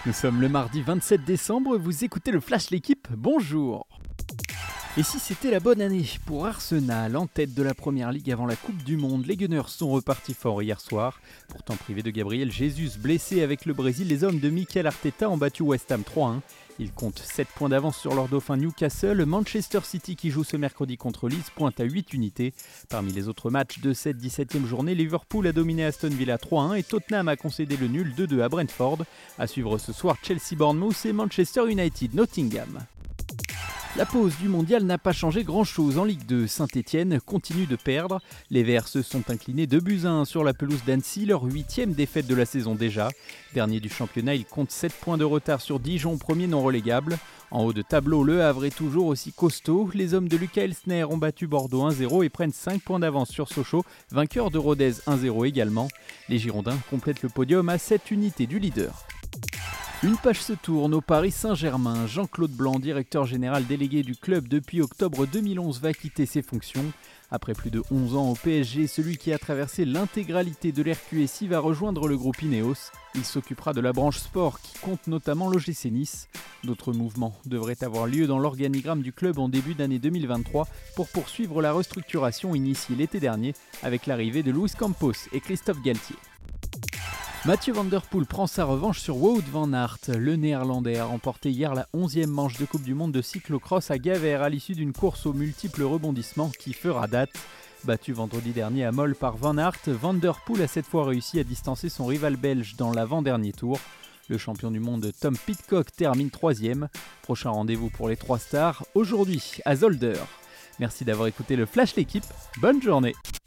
Nous sommes le mardi 27 décembre, vous écoutez le Flash L'équipe, bonjour. Et si c'était la bonne année pour Arsenal, en tête de la Première Ligue avant la Coupe du Monde, les Gunners sont repartis fort hier soir. Pourtant privés de Gabriel Jesus, blessé avec le Brésil, les hommes de Mikel Arteta ont battu West Ham 3-1. Ils comptent 7 points d'avance sur leur dauphin Newcastle. Manchester City, qui joue ce mercredi contre Leeds, pointe à 8 unités. Parmi les autres matchs de cette 17e journée, Liverpool a dominé Aston Villa 3-1 et Tottenham a concédé le nul 2-2 à Brentford. À suivre ce soir Chelsea-Bournemouth et Manchester United-Nottingham. La pause du mondial n'a pas changé grand-chose en Ligue 2. Saint-Etienne continue de perdre. Les Verts se sont inclinés 2-1 sur la pelouse d'Annecy, leur 8e défaite de la saison déjà. Dernier du championnat, ils comptent 7 points de retard sur Dijon, premier non relégable. En haut de tableau, Le Havre est toujours aussi costaud. Les hommes de Lucas Elsner ont battu Bordeaux 1-0 et prennent 5 points d'avance sur Sochaux, vainqueur de Rodez 1-0 également. Les Girondins complètent le podium à 7 unités du leader. Une page se tourne au Paris Saint-Germain. Jean-Claude Blanc, directeur général délégué du club depuis octobre 2011, va quitter ses fonctions. Après plus de 11 ans au PSG, celui qui a traversé l'intégralité de l'RQSI va rejoindre le groupe Ineos. Il s'occupera de la branche sport qui compte notamment l'OGC Nice. D'autres mouvements devraient avoir lieu dans l'organigramme du club en début d'année 2023 pour poursuivre la restructuration initiée l'été dernier avec l'arrivée de Luis Campos et Christophe Galtier. Mathieu Van Der Poel prend sa revanche sur Wout van Aert. Le Néerlandais a remporté hier la 11e manche de Coupe du Monde de cyclocross à Gavert à l'issue d'une course aux multiples rebondissements qui fera date. Battu vendredi dernier à Moll par Van Aert, Van Der Poel a cette fois réussi à distancer son rival belge dans l'avant-dernier tour. Le champion du monde Tom Pidcock termine 3e. Prochain rendez-vous pour les 3 stars, aujourd'hui à Zolder. Merci d'avoir écouté le Flash L'équipe, bonne journée.